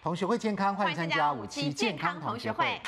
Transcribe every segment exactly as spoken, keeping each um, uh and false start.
同学会健康，欢迎参加五期健康同学会。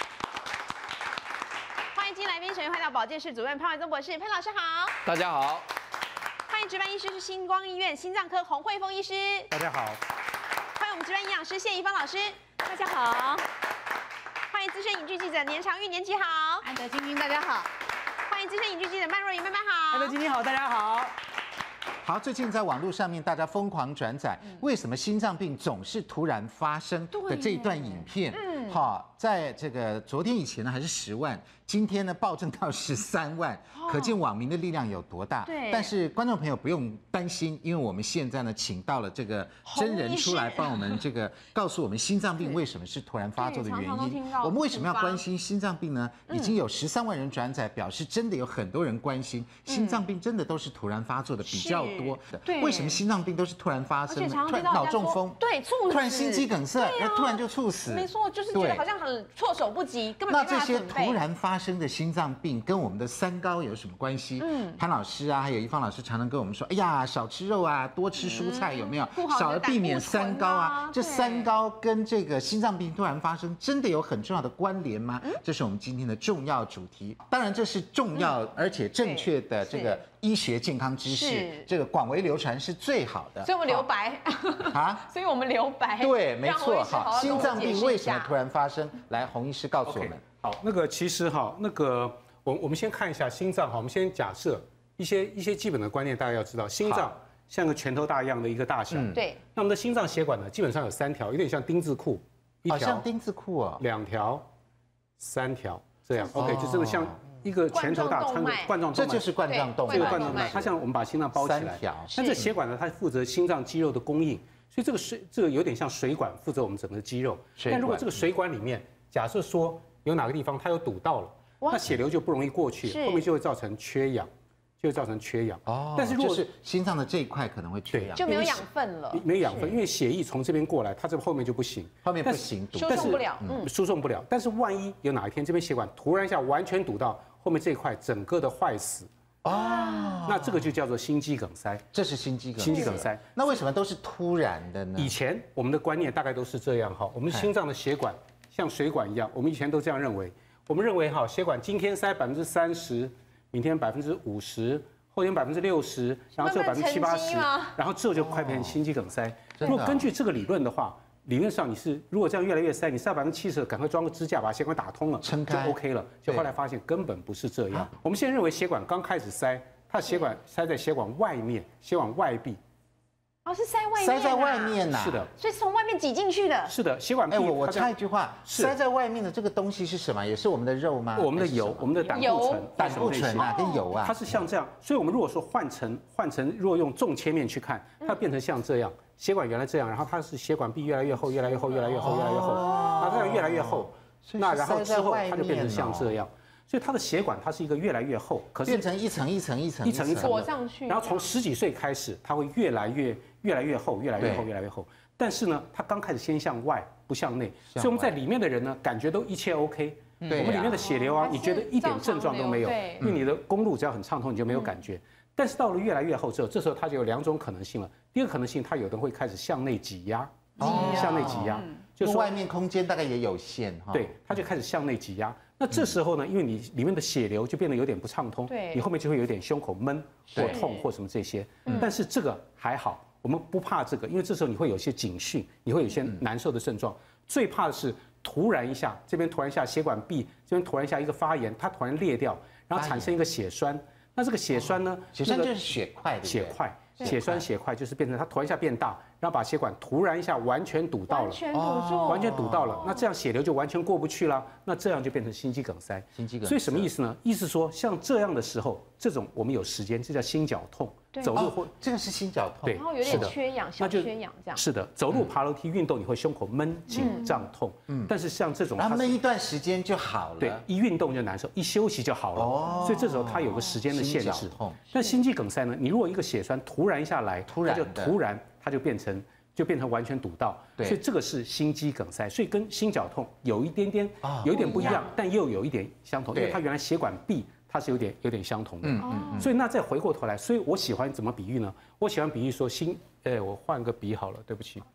欢迎今天来宾，首先欢迎到保健室主任潘伟宗博士，潘老师好。 大家好。 欢迎值班医师是星光医院心脏科洪慧峰医师。 大家好。 欢迎我们值班营养师谢宜芳老师。大家好。欢迎资深影剧记者年长玉，年纪好。 安德晶晶，大家好。 欢迎资深影剧记者曼若颖，曼曼好。 安德晶晶好，大家好。 好，最近在网络上面，大家疯狂转载，为什么心脏病总是突然发生的这一段影片。嗯，好，在这个昨天以前呢还是十万，今天呢暴增到十三万，可见网民的力量有多大。 对。 但是观众朋友不用担心，因为我们现在呢请到了这个真人出来帮我们这个告诉我们心脏病为什么是突然发作的原因。我们为什么要关心心脏病呢？已经有十三万人转载，表示真的有很多人关心心脏病，真的都是突然发作的比较多。对，为什么心脏病都是突然发生的？突然脑中风， 对，猝死， 突然心肌梗塞，然后突然就猝死。 没错，就是觉得好像很措手不及，根本那这些突然发生的心脏病跟我们的三高有什么关系？嗯，潘老师啊，还有宜芳老师常常跟我们说，哎呀，少吃肉啊，多吃蔬菜，有没有？少了避免三高啊。这三高跟这个心脏病突然发生，真的有很重要的关联吗？这是我们今天的重要主题。当然，这是重要而且正确的这个医学健康知识，这个广为流传是最好的。 所以我们留白啊，所以我们留白。 对，没错。好，心脏病为什么突然发生？来，洪医师告诉我们。 好，那个其实哈，那个我我们先看一下心脏哈，我们先假设一些一些基本的观念，大家要知道，心脏像个拳头大一样的一个大小。 对。 那我们的心脏血管呢，基本上有三条，有点像丁字裤，一条， 像丁字裤哦， 两条，三条，这样 OK， 就这个像。一个拳头大穿个冠状动脉， 这就是冠状动脉。 这个冠状动脉，它像我们把心脏包起来。但这血管呢，它负责心脏肌肉的供应，所以这个水这个有点像水管，负责我们整个肌肉。但如果这个水管里面，假设说有哪个地方它有堵到了，那血流就不容易过去，后面就会造成缺氧，就会造成缺氧。哦。但是如果是心脏的这一块可能会缺氧， 就没有养分了。 没有养分，因为血液从这边过来，它这后面就不行， 后面不行， 输送不了， 嗯，输送不了。但是万一有哪一天这边血管突然一下完全堵到。后面这一块整个的坏死哦，那这个就叫做心肌梗塞， 这是心肌梗塞。 心肌梗塞， 那为什么都是突然的呢？ 以前我们的观念大概都是这样哈，我们心脏的血管像水管一样，我们以前都这样认为。我们认为哈，血管今天塞百分之三十，明天百分之五十，后天百分之六十，然后只有百分之七八十，然后之后就快变成心肌梗塞。如果根据这个理论的话。理论上你是如果这样越来越塞，你塞百分之七十，赶快装个支架把血管打通了， 撑开就 OK 了。就后来发现根本不是这样。我们现在认为血管刚开始塞，它的血管塞在血管外面，血管外壁。 哦，是塞外面， 塞在外面呐。 是的， 所以是从外面挤进去的。 是的，血管壁。 哎，我我插一句话，塞在外面的这个东西是什么？也是我们的肉吗？ 我们的油，我们的胆固醇， 胆固醇啊，跟油啊。 它是像这样，所以我们如果说换成换成，如果用纵切面去看，它变成像这样。血管原来这样，然后它是血管壁越来越厚，越来越厚，越来越厚，越来越厚，它这样越来越厚，那然后之后它就变成像这样，所以它的血管它是一个越来越厚，可是变成一层一层一层一层一层裹上去， 然后从十几岁开始，它会越来越越来越厚，越来越厚，越来越厚。但是呢，它刚开始先向外，不向内，所以我们在里面的人呢，感觉都一切 OK。我们里面的血流啊，你觉得一点症状都没有，因为你的公路只要很畅通，你就没有感觉。但是到了越来越厚之后，这时候它就有两种可能性了。第一个可能性，它有的会开始向内挤压，向内挤压， 就是外面空间大概也有限哈。 对，它就开始向内挤压。那这时候呢，因为你里面的血流就变得有点不畅通，你后面就会有点胸口闷或痛或什么这些。但是这个还好，我们不怕这个，因为这时候你会有一些警讯，你会有一些难受的症状。最怕的是突然一下，这边突然一下血管壁，这边突然一下一个发炎，它突然裂掉，然后产生一个血栓。那这个血栓呢？ 血栓就是血块， 血块，血栓血块就是变成它突然一下变大，然后把血管突然一下完全堵到了， 完全堵住， 完全堵到了。那这样血流就完全过不去了，那这样就变成心肌梗塞。 心肌梗塞。 所以什么意思呢？意思说像这样的时候，这种我们有时间，这叫心绞痛。走路或这个是心绞痛， 对， 然后有点缺氧，小缺氧这样。 是的，走路、爬楼梯、运动，你会胸口闷、紧胀、痛。嗯，但是像这种， 然后闷一段时间就好了。 对，一运动就难受，一休息就好了。哦，所以这时候它有个时间的限制。但心肌梗塞呢？你如果一个血栓突然下来， 突然就突然它就变成就变成完全堵到，所以这个是心肌梗塞，所以跟心绞痛有一点点有一点不一样，但又有一点相同，因为它原来血管壁。它是有点有点相同的，嗯嗯，所以那再回过头来，所以我喜欢怎么比喻呢？我喜欢比喻说心，哎，我换个笔好了，对不起，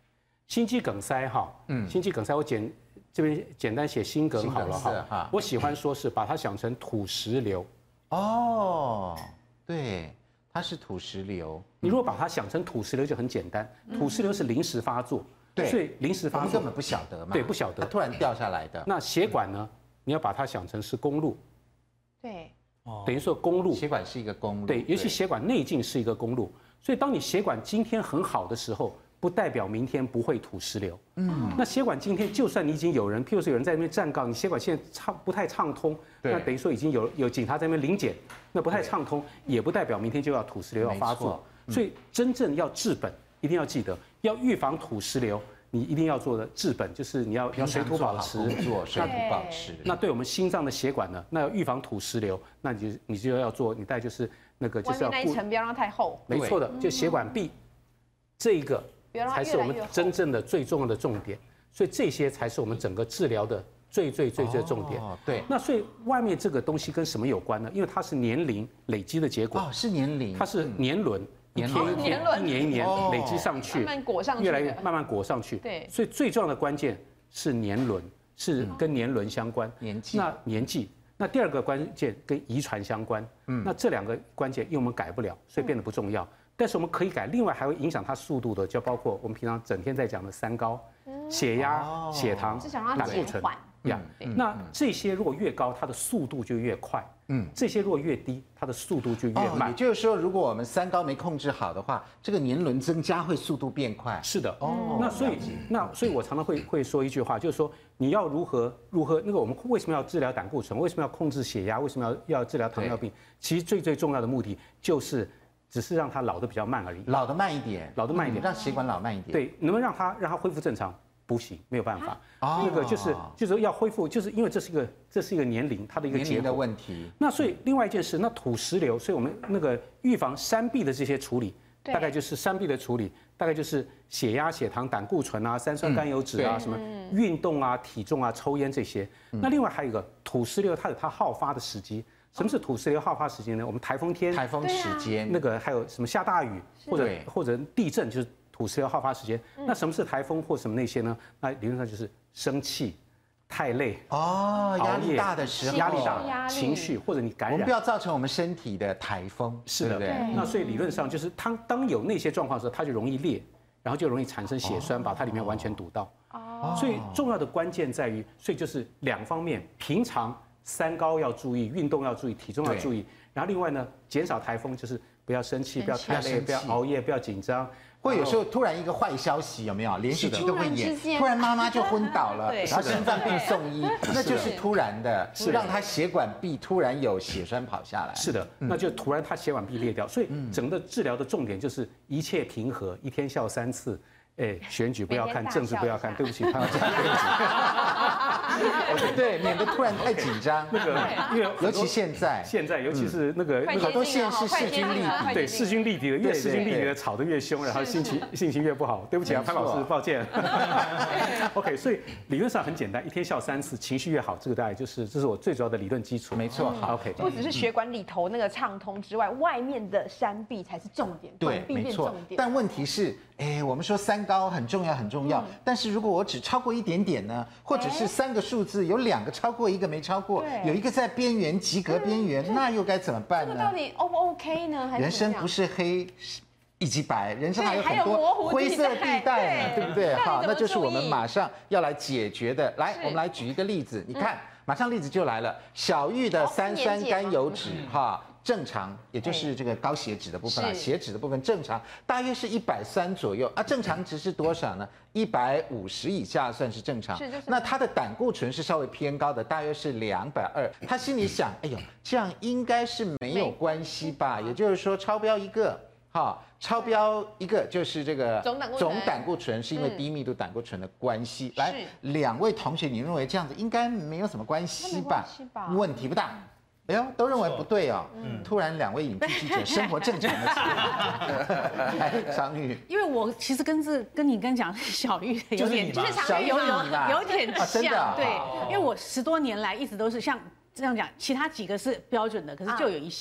心肌梗塞哈，嗯，心肌梗塞我简这边简单写心梗好了哈。我喜欢说是把它想成土石流。 哦，对，它是土石流。 你如果把它想成土石流就很简单，土石流是临时发作， 对， 所以临时发作根本不晓得嘛。 对，不晓得， 突然掉下来的。 那血管呢？你要把它想成是公路。 对。 等于说公路， 血管是一个公路。 对，尤其血管内径是一个公路，所以当你血管今天很好的时候。不代表明天不会土石流。嗯，那血管今天就算你已经有人，譬如说有人在那边站岗，你血管现在畅不太畅通，那等于说已经有有警察在那边临检，那不太畅通，也不代表明天就要土石流要发作。所以真正要治本，一定要记得要预防土石流，你一定要做的治本就是你要要水土保持， 做水土保持。 那对我们心脏的血管呢，那要预防土石流，那你就你就要做，你大概就是那个就是要外面那一层不要让它太厚。 没错的，就血管壁这一个。才是我们真正的最重要的重点，所以这些才是我们整个治疗的最最最最重点。 哦，对。 那所以外面这个东西跟什么有关呢？因为它是年龄累积的结果。 哦，是年龄。 它是年轮，一天一天、一年一年累积上去， 慢慢裹上去， 越来越慢慢裹上去。 对。 所以最重要的关键是年轮，是跟年轮相关。 年纪。 那年纪。那第二个关键跟遗传相关。嗯。那这两个关键，因为我们改不了，所以变得不重要。但是我们可以改，另外还会影响它速度的，就包括我们平常整天在讲的三高，血压、血糖、胆固醇呀。那这些如果越高，它的速度就越快；嗯，这些如果越低，它的速度就越慢。 也就是说，如果我们三高没控制好的话，这个年轮增加会速度变快。 是的，哦。那所以，那所以我常常会会说一句话，就是说你要如何如何那个我们为什么要治疗胆固醇？为什么要控制血压？为什么要要治疗糖尿病？其实最最重要的目的就是。只是让它老得比较慢而已， 老得慢一点， 老得慢一点， 让血管老慢一点。 对，能不能让它让它恢复正常？不行，没有办法。那个就是就是要恢复，就是因为这是一个这是一个年龄它的一个结果的问题。 那所以另外一件事，那土石流，所以我们那个预防山壁的这些处理，大概就是山壁的处理，大概就是血压、血糖、胆固醇啊、三酸甘油酯啊、什么运动啊、体重啊、抽烟这些。那另外还有一个土石流，它有它好发的时机。什么是土石流好发时间呢？我们台风天、 台风时间， 那个还有什么下大雨或者或者地震，就是土石流好发时间。那什么是台风或什么那些呢？那理论上就是生气、太累哦，压力大的时候， 压力大、情绪或者你感染， 我们不要造成我们身体的台风。 是的，那所以理论上就是当当有那些状况的时候，它就容易裂，然后就容易产生血栓，把它里面完全堵到。哦，所以重要的关键在于，所以就是两方面，平常。三高要注意，运动要注意，体重要注意。然后另外呢，减少台风，就是不要生气，不要太累，不要熬夜，不要紧张。 或有时候突然一个坏消息，有没有？连续剧都会演，突然妈妈就昏倒了，然后心脏病送医，那就是突然的，是让他血管壁突然有血栓跑下来。 是的，那就突然他血管壁裂掉。所以整个治疗的重点就是一切平和，一天笑三次。哎，选举不要看，政治不要看，对不起，他要讲对不对，免得突然太紧张。 那个，因为尤其现在， 现在尤其是那个好多县市势均力敌， 对，势均力敌的，越势均力敌的吵得越凶，然后心情心情越不好。对不起啊，潘老师，抱歉。OK， 所以理论上很简单，一天笑三次，情绪越好，这个大概就是这是我最主要的理论基础。 没错，好 ，OK。 不只是血管里头那个畅通之外，外面的山壁才是重点， 对，没错。但问题是，哎，我们说三高很重要很重要，但是如果我只超过一点点呢，或者是三个数字有两个超过，一个没超过，有一个在边缘及格边缘，那又该怎么办呢？ 这个到底 O 不 OK 呢？ 人生不是黑以及白，人生还有很多灰色地带呢，对不对？好，那就是我们马上要来解决的。来，我们来举一个例子，你看，马上例子就来了，小玉的三酸甘油酯，哈。正常，也就是这个高血脂的部分啊，血脂的部分正常，大约是一百三左右啊。正常值是多少呢？一百五十以下算是正常。那他的胆固醇是稍微偏高的，大约是两百二。他心里想，哎呦，这样应该是没有关系吧？也就是说，超标一个，哈，超标一个就是这个总胆固醇是因为低密度胆固醇的关系。来，两位同学，你认为这样子应该没有什么关系吧？问题不大。哎呦，都认为不对哦。嗯，突然两位影剧记者生活正常了起来。来，常玉， 因为我其实跟这跟你跟讲小玉有点， 就是常玉有有有点像，对，因为我十多年来一直都是像这样讲，其他几个是标准的，可是就有一项，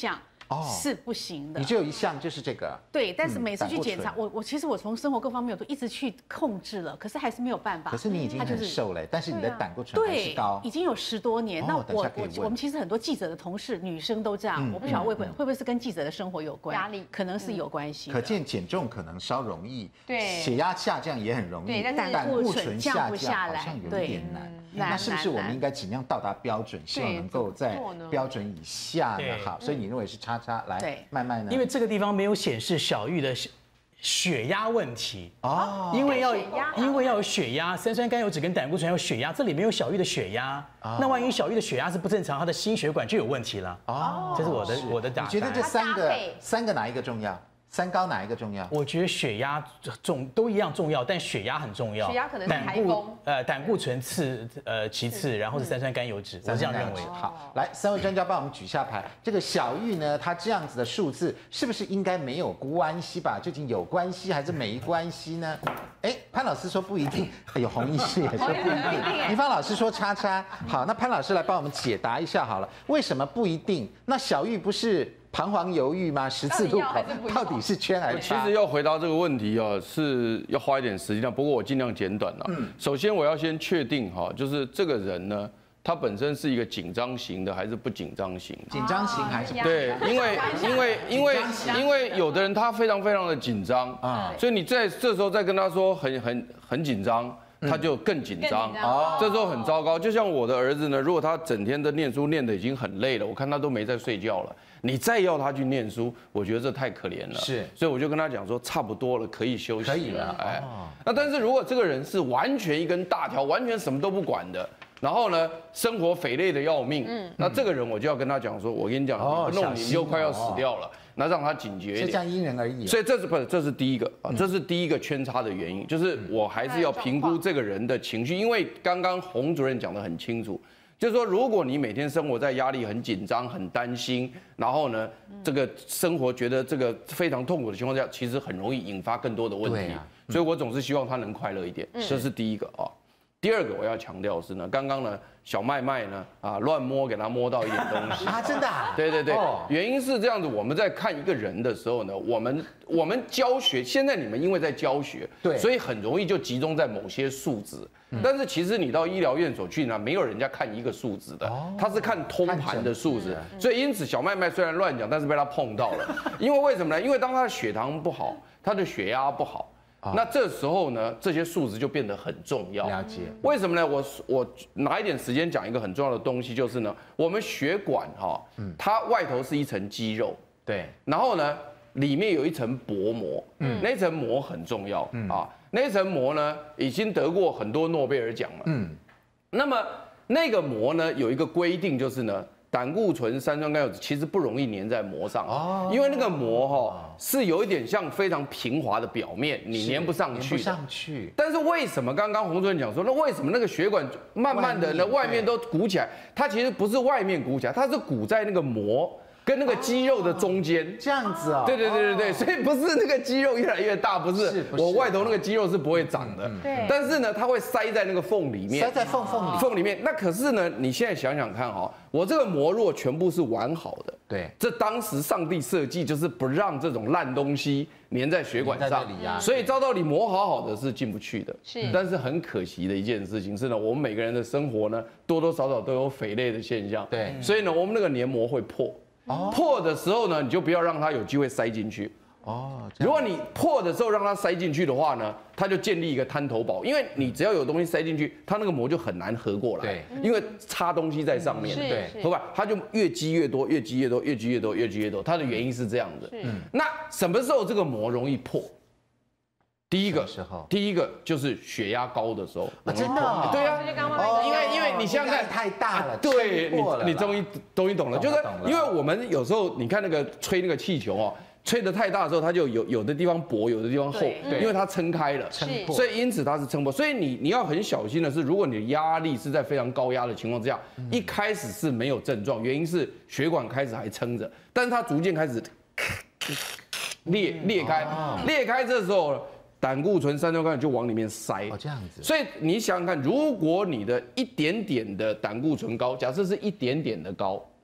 是不行的。 你只有一项就是这个。 对，但是每次去检查，我我其实我从生活各方面我都一直去控制了，可是还是没有办法。 可是你已经很瘦了，但是你的胆固醇还是高， 已经有十多年。那我我我们其实很多记者的同事，女生都这样，我不晓得会不会会不会是跟记者的生活有关，压力可能是有关系。 可见减重可能稍容易， 对， 血压下降也很容易， 对，但是胆固醇降不下来， 好像有一点难。那是不是我们应该尽量到达标准，希望能够在标准以下呢？好，所以你认为是叉叉来麦麦呢？ 因为这个地方没有显示小玉的血压问题哦，因为要因为要有血压，三酸甘油酯跟胆固醇要有血压，这里没有小玉的血压，那万一小玉的血压是不正常，她的心血管就有问题了哦。这是我的我的答案。 你觉得这三个三个哪一个重要？三高哪一个重要？ 我觉得血压重都一样重要，但血压很重要。 血压可能是台风。 呃，胆固醇次呃其次，然后是三酸甘油酯，我这样认为。 好，来三位专家帮我们举下牌。这个小玉呢，她这样子的数字是不是应该没有关系吧？究竟有关系还是没关系呢？哎，潘老师说不一定，有洪医师也说不一定，倪芳老师说叉叉。好，那潘老师来帮我们解答一下好了，为什么不一定？那小玉不是彷徨犹豫吗？十字路口到底是圈还是其实要回答这个问题哦，是要花一点时间，不过我尽量简短了。嗯，首先我要先确定哈，就是这个人呢，他本身是一个紧张型的还是不紧张型？ 紧张型还是不对？因为因为因为因为有的人他非常非常的紧张啊，所以你在这时候再跟他说很很很紧张。他就更紧张，这时候很糟糕。就像我的儿子呢，如果他整天的念书念得已经很累了，我看他都没在睡觉了，你再要他去念书，我觉得这太可怜了。 是， 所以我就跟他讲说，差不多了，可以休息了。 可以了，哎， 那但是如果这个人是完全一根大条，完全什么都不管的。然后呢，生活肥累的要命，嗯，那这个人我就要跟他讲说，我跟你讲，你不弄你就快要死掉了，那让他警觉一点。 是这样因人而异。 所以这是不是这是第一个啊？这是第一个圈叉的原因，就是我还是要评估这个人的情绪，因为刚刚洪主任讲得很清楚，就是说如果你每天生活在压力很紧张、很担心，然后呢，这个生活觉得这个非常痛苦的情况下，其实很容易引发更多的问题。所以我总是希望他能快乐一点，这是第一个啊。第二个我要强调的是呢，刚刚呢小麦麦呢啊乱摸给他摸到一点东西啊，真的、啊？ 对对对，哦、原因是这样子，我们在看一个人的时候呢，我们我们教学，现在你们因为在教学， 对， 所以很容易就集中在某些数值，嗯、但是其实你到医疗院所去呢，没有人家看一个数值的，哦、他是看通盘的数值，所以因此小麦麦虽然乱讲，但是被他碰到了，因为为什么呢？因为当他的血糖不好，他的血压不好。那这时候呢，这些数值就变得很重要。 了解。 为什么呢？我我拿一点时间讲一个很重要的东西，就是呢，我们血管哈，它外头是一层肌肉， 对， 然后呢，里面有一层薄膜，嗯，那层膜很重要啊。那层膜呢，已经得过很多诺贝尔奖了，嗯。那么那个膜呢，有一个规定，就是呢。胆固醇、三酸甘油酯其实不容易粘在膜上，哦，因为那个膜哈是有一点像非常平滑的表面，你粘不上去。 粘不上去。 但是为什么刚刚洪主任讲说，那为什么那个血管慢慢的呢外面都鼓起来？它其实不是外面鼓起来，它是鼓在那个膜跟那个肌肉的中间， 这样子啊？ 对对对对对，所以不是那个肌肉越来越大，不是，我外头那个肌肉是不会长的， 对。 但是呢，它会塞在那个缝里面， 塞在缝缝里， 缝里面。那可是呢，你现在想想看哈，我这个膜如果全部是完好的， 对， 这当时上帝设计就是不让这种烂东西粘在血管上，所以照道理膜好好的是进不去的。 是， 但是很可惜的一件事情是呢，我们每个人的生活呢，多多少少都有肥类的现象， 对， 所以呢，我们那个黏膜会破。哦、破的时候呢，你就不要让它有机会塞进去。哦，如果你破的时候让它塞进去的话呢，它就建立一个滩头堡，因为你只要有东西塞进去，它那个膜就很难合过来。 对， 因为插东西在上面， 对， 合吧，它就越积越多，越积越多，越积越多，越积越多。它的原因是这样的。嗯，那什么时候这个膜容易破？第一个时候，第一个就是血压高的时候， 啊，真的， 对啊，因为因为你想想看太大了， 对你你终于终于懂了，就是因为我们有时候你看那个吹那个气球哦，吹得太大的时候，它就有有的地方薄，有的地方厚，因为它撑开了， 撑破， 所以因此它是撑破，所以你你要很小心的是，如果你的压力是在非常高压的情况之下，一开始是没有症状，原因是血管开始还撑着，但是它逐渐开始裂裂开，裂开这时候。胆固醇、三酸甘油就往里面塞， 哦，这样子。 所以你想想看，如果你的一点点的胆固醇高，假设是一点点的高，嗯，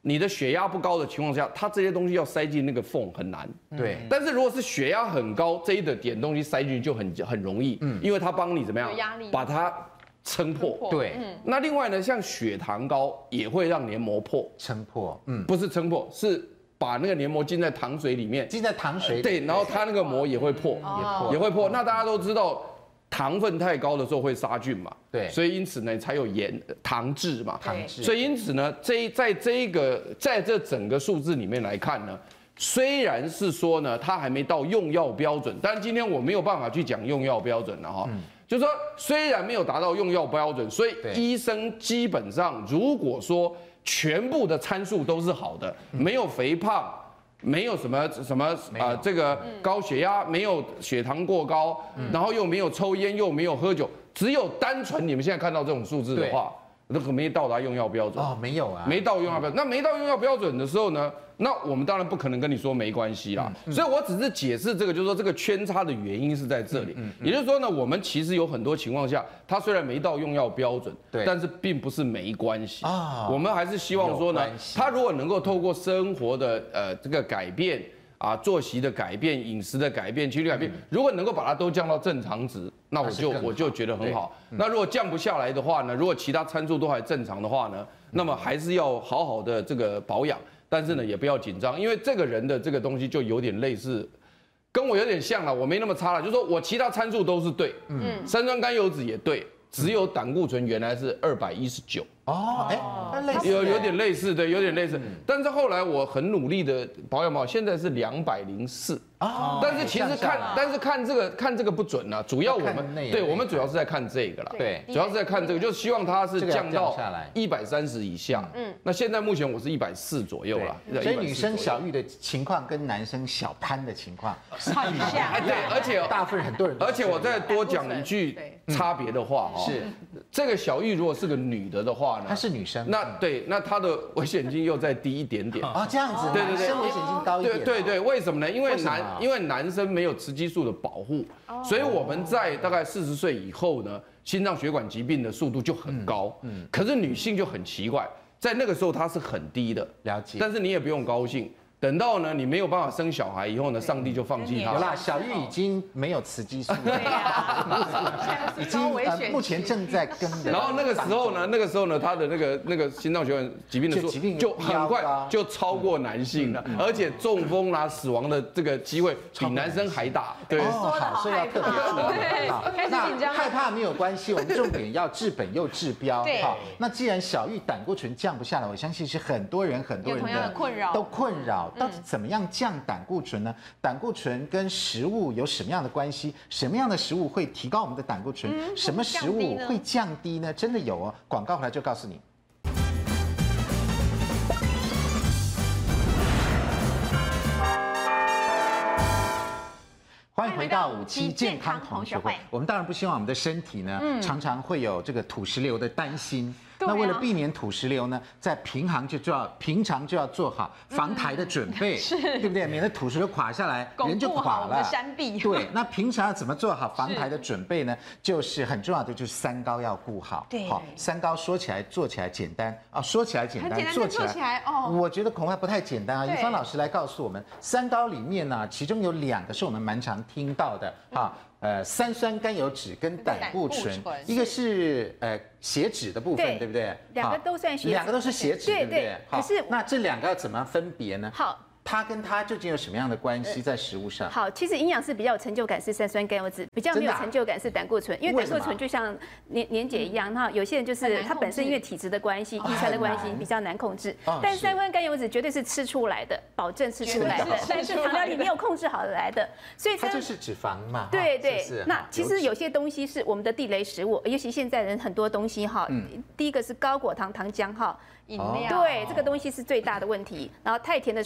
你的血压不高的情况下，它这些东西要塞进那个缝很难。 对。 但是如果是血压很高，这一点东西塞进去就很很容易，嗯，因为它帮你怎么样，把它撑破。 对。 那另外呢，像血糖高也会让黏膜破， 撑破。嗯， 不是撑破，是把那个黏膜浸在糖水里面， 浸在糖水里。 对，然后它那个膜也会破，也破，也会破。那大家都知道。糖分太高的时候会杀菌嘛， 对， 所以因此呢才有盐糖质嘛， 糖质。 所以因此呢，这在这一个在这整个数字里面来看呢，虽然是说呢它还没到用药标准，但是今天我没有办法去讲用药标准了哈，嗯、就是说虽然没有达到用药标准，所以医生基本上如果说全部的参数都是好的，嗯、没有肥胖。没有什么什么啊、呃，这个高血压，没有血糖过高，嗯、然后又没有抽烟，又没有喝酒，只有单纯你们现在看到这种数字的话，那个没到达用药标准哦，没有啊， 没到用药标准。那没到用药标准的时候呢，那我们当然不可能跟你说没关系啦。嗯、所以我只是解释这个，就是说这个圈差的原因是在这里。嗯嗯、也就是说呢，我们其实有很多情况下，它虽然没到用药标准，对，但是并不是没关系啊。我们还是希望说呢，它如果能够透过生活的呃这个改变。啊，作息的改变、饮食的改变、纪律改变，如果能够把它都降到正常值，那我就我就觉得很好。那如果降不下来的话呢，如果其他参数都还正常的话呢，那么还是要好好的这个保养，但是呢也不要紧张，因为这个人的这个东西就有点类似，跟我有点像了，我没那么差了，就是说我其他参数都是对，嗯，三酸甘油酯也对，只有胆固醇原来是二百一十九。 哦，哎， 有有点类似的，有点类似，但是后来我很努力的保养保，现在是两百零四啊。但是其实看，但是看这个看这个不准啊，主要我们对我们主要是在看这个啦， 对， 主要是在看这个，就是希望它是降到一百三十以下。嗯，那现在目前我是一百四左右啦。 所以女生小玉的情况跟男生小潘的情况很像。 哎，对，而且大部分很多人， 而且我再多讲一句差别的话哈， 是这个小玉如果是个女的的话。 她是女生， 那对，那她的危险性又再低一点点啊，这样子， 对对对， 男生危险性高一点， 对对对，为什么呢？因为男，因为男生没有雌激素的保护，所以我们在大概四十岁以后呢，心脏血管疾病的速度就很高，嗯，可是女性就很奇怪，在那个时候它是很低的， 了解， 但是你也不用高兴。等到呢，你没有办法生小孩以后呢，上帝就放弃他。 有啦，小玉已经没有雌激素了， 对呀， 已经呃目前正在跟着。 然后那个时候呢，那个时候呢，他的那个那个心脏血管疾病的数就很快就超过男性了，而且中风啦、死亡的这个机会比男生还大。 对，好，所以要特别注意。 好，那害怕没有关系，我们重点要治本又治标。好，那既然小玉胆固醇降不下来，我相信是很多人很多人的困扰， 都困扰。到底怎么样降胆固醇呢？胆固醇跟食物有什么样的关系？什么样的食物会提高我们的胆固醇？嗯、什么食物会降低呢？真的有哦！广告回来就告诉你。欢迎回到五期健康同学会。我们当然不希望我们的身体呢，嗯、常常会有这个土石流的担心。那为了避免土石流呢，在平常就就要平常就要做好防台的准备，是，对不对？免得土石流垮下来，人就垮了。 山壁。 对，那平常要怎么做好防台的准备呢？就是很重要的，就是三高要顾好。 对， 好，三高说起来做起来简单啊，说起来简单， 做起来哦， 我觉得恐怕不太简单啊。于芳老师来告诉我们，三高里面呢，其中有两个是我们蛮常听到的哈。呃，三酸甘油酯跟胆固醇，一个是呃血脂的部分，对不对？ 两个都算血脂， 两个都是血脂，对不对？ 可是那这两个要怎么分别呢？ 好。 它跟它究竟有什么样的关系在食物上？ 好，其实营养师比较有成就感是三酸甘油酯，比较没有成就感是胆固醇，因为胆固醇就像年年姐一样，那有些人就是他本身因为体质的关系、遗传的关系比较难控制，但是三酸甘油酯绝对是吃出来的，保证吃出来的，但是糖尿你没有控制好来的， 所以它就是脂肪嘛。 对对，那其实有些东西是我们的地雷食物，尤其现在人很多东西哈，第一个是高果糖糖浆哈。 饮料对这个东西是最大的问题，然后太甜的水果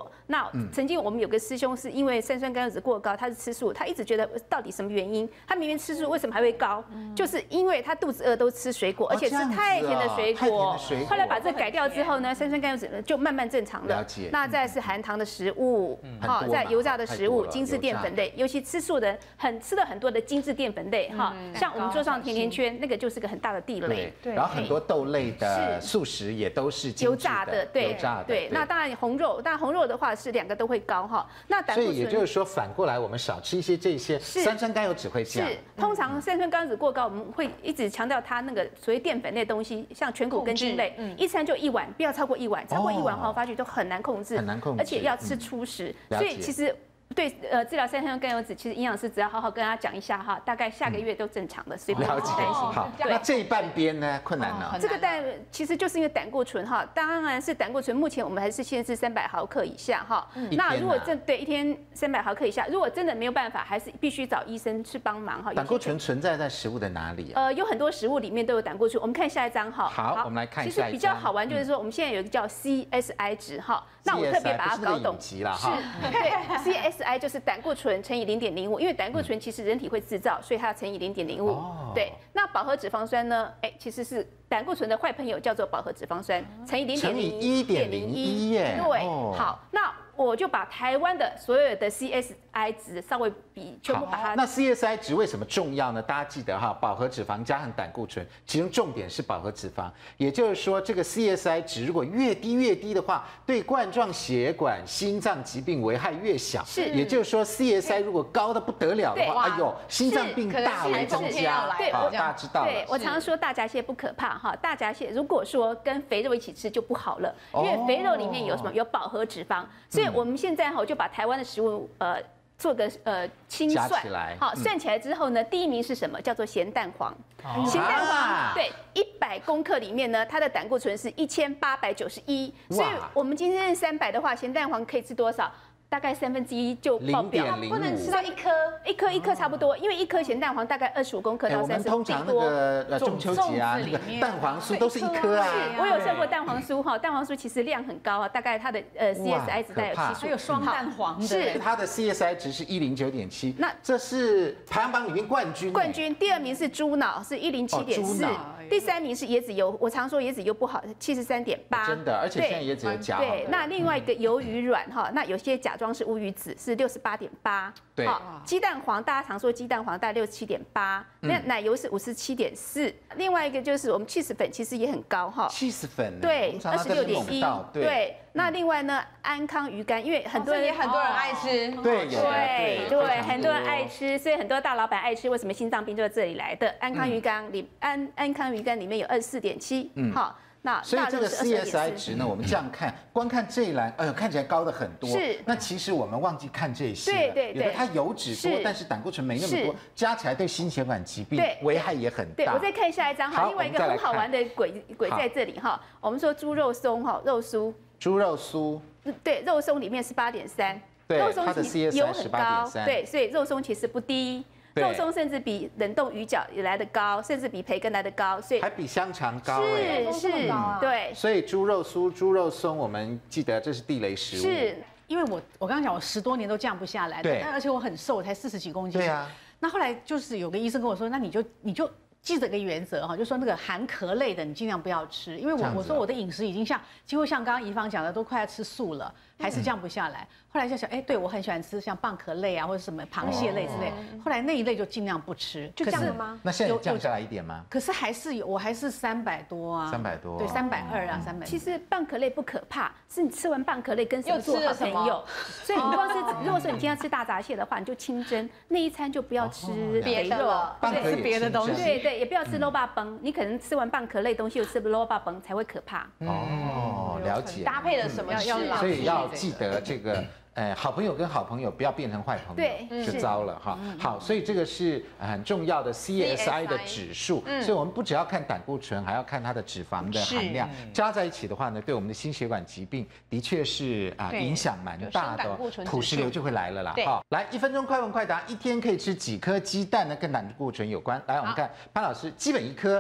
果。那曾经我们有个师兄是因为三酸甘油酯过高，他是吃素，他一直觉得到底什么原因？他明明吃素，为什么还会高？就是因为他肚子饿都吃水果，而且吃太甜的水果。后来把这改掉之后呢，三酸甘油酯就慢慢正常了。那再是含糖的食物，好，在油炸的食物、精致淀粉类，尤其吃素的人很吃了很多的精致淀粉类，哈，像我们桌上甜甜圈那个就是个很大的地雷。 对，然后很多豆类的素食也都是油炸的，对， 油炸的。 对，那当然红肉，但红肉的话是两个都会高哈。那胆固醇， 所以也就是说反过来，我们少吃一些这些三酸甘油酯会降。 是，通常三酸甘油酯过高，我们会一直强调它那个所谓淀粉类的东西，像全谷根茎类，一餐就一碗，不要超过一碗，超过一碗的话，我发觉都很难控制， 很难控制， 而且要吃粗食，所以其实。对，呃，治疗三酸甘油酯，其实营养师只要好好跟他讲一下哈，大概下个月都正常的，所以不用担心。 好，那这一半边呢，困难了。 这个胆其实就是因为胆固醇哈，当然是胆固醇，目前我们还是限制三百毫克以下哈。那如果真对一天三百毫克以下，如果真的没有办法，还是必须找医生去帮忙哈。 胆固醇存在在食物的哪里啊？ 呃，有很多食物里面都有胆固醇。我们看下一张哈。 好，我们来看一下。 其实比较好玩就是说，我们现在有一个叫 C S I 值哈，那我特别把它搞懂。 是了哈。 对 ，C S I 就是胆固醇乘以零点零五，因为胆固醇其实人体会制造，所以它要乘以零点零五。对，那饱和脂肪酸呢？哎，其实是胆固醇的坏朋友，叫做饱和脂肪酸，乘以零点零一点零一耶。 对，好，那我就把台湾的所有的 C S I 值稍微比全部把它。 那 C S I 值为什么重要呢？大家记得哈，饱和脂肪加上胆固醇，其中重点是饱和脂肪。也就是说，这个 C S I 值如果越低越低的话，对冠状血管、心脏疾病危害越小。 是， 也就是说 C S I 如果高的不得了的话，哎呦，心脏病大为增加。 对， 大家知道。 对，我常说大闸蟹不可怕哈，大闸蟹如果说跟肥肉一起吃就不好了，因为肥肉里面有什么？有饱和脂肪，所以我们现在哈就把台湾的食物呃。做个呃清算，好算起来之后呢，第一名是什么？叫做咸蛋黄。咸蛋黄对一百公克里面呢，它的胆固醇是一千八百九十一，所以我们今天三百的话，咸蛋黄可以吃多少？大概三分之一就爆表， 不能吃到一颗， 一颗一颗差不多，因为一颗咸蛋黄大概二十五公克到三十多。 通常那个呃中秋节啊，那个蛋黄酥都是一颗啊。 我有做过蛋黄酥哈，蛋黄酥其实量很高啊，大概它的呃 C S I 值带有七十， 还有双蛋黄的， 是它的 C S I 值是一零九点七，那这是排行榜里面冠军。 冠军第二名是猪脑，是一零七点四。第三名是椰子油，我常说椰子油不好，七十三点八， 真的，而且现在椰子油假。 对，那另外一个鱿鱼卵哈，那有些假装是乌鱼子，是六十八点八。 对， 鸡蛋黄大家常说鸡蛋黄大概六十七点八，那奶油是五十七点四。另外一个就是我们起司粉其实也很高哈， 起司粉对，二十六点一，对。那另外呢，安康鱼干，因为很多人也很多人爱吃， 对对对，很多人爱吃，所以很多大老板爱吃。为什么心脏病就是这里来的？安康鱼干里安安康鱼干里面有二十四点七，好。那所以这个 C S I 值呢，我们这样看，光看这一栏，哎呦，看起来高的很多。 是。 那其实我们忘记看这些了。 对对对。 有的它油脂多，但是胆固醇没那么多，加起来对心血管疾病危害也很大。 对，我再看下一张哈，另外一个很好玩的鬼鬼在这里哈，我们说猪肉松哈，肉酥。 猪肉酥。 对，肉松里面是八点三。 对，它的 C S I 是八点三。 对，所以肉松其实不低。肉松甚至比冷冻鱼饺也来得高，甚至比培根来得高，所以还比香肠高哎，是是，对。 所以猪肉酥、猪肉松，我们记得这是地雷食物。 是， 因为我我刚刚讲，我十多年都降不下来， 对， 而且我很瘦，才四十几公斤。 对啊。 那后来就是有个医生跟我说，那你就你就记着个原则哈，就说那个含壳类的你尽量不要吃，因为我我说我的饮食已经像几乎像刚刚怡芳讲的，都快要吃素了，还是降不下来。后来就想，哎，对我很喜欢吃像蚌壳类啊，或者什么螃蟹类之类。后来那一类就尽量不吃， 就降了吗？ 那现在有降下来一点吗？ 可是还是有，我还是三百多啊。 三百多。 对，三百二啊，三百。 其实蚌壳类不可怕，是你吃完蚌壳类跟谁做好朋友。所以你光是如果说你今天要吃大闸蟹的话，你就清蒸，那一餐就不要吃肥肉， 对， 是别的东西。 对对，也不要吃肉霸崩，你可能吃完蚌壳类东西又吃肉霸崩才会可怕。 哦，了解。 搭配了什么？ 所以要记得这个。哎，好朋友跟好朋友不要变成坏朋友， 对， 就糟了哈。好，所以这个是很重要的 C S I 的指数，所以我们不只要看胆固醇，还要看它的脂肪的含量，加在一起的话呢，对我们的心血管疾病的确是啊影响蛮大的，土石流就会来了啦。好，来一分钟快问快答，一天可以吃几颗鸡蛋呢？跟胆固醇有关。来，我们看潘老师，基本一颗。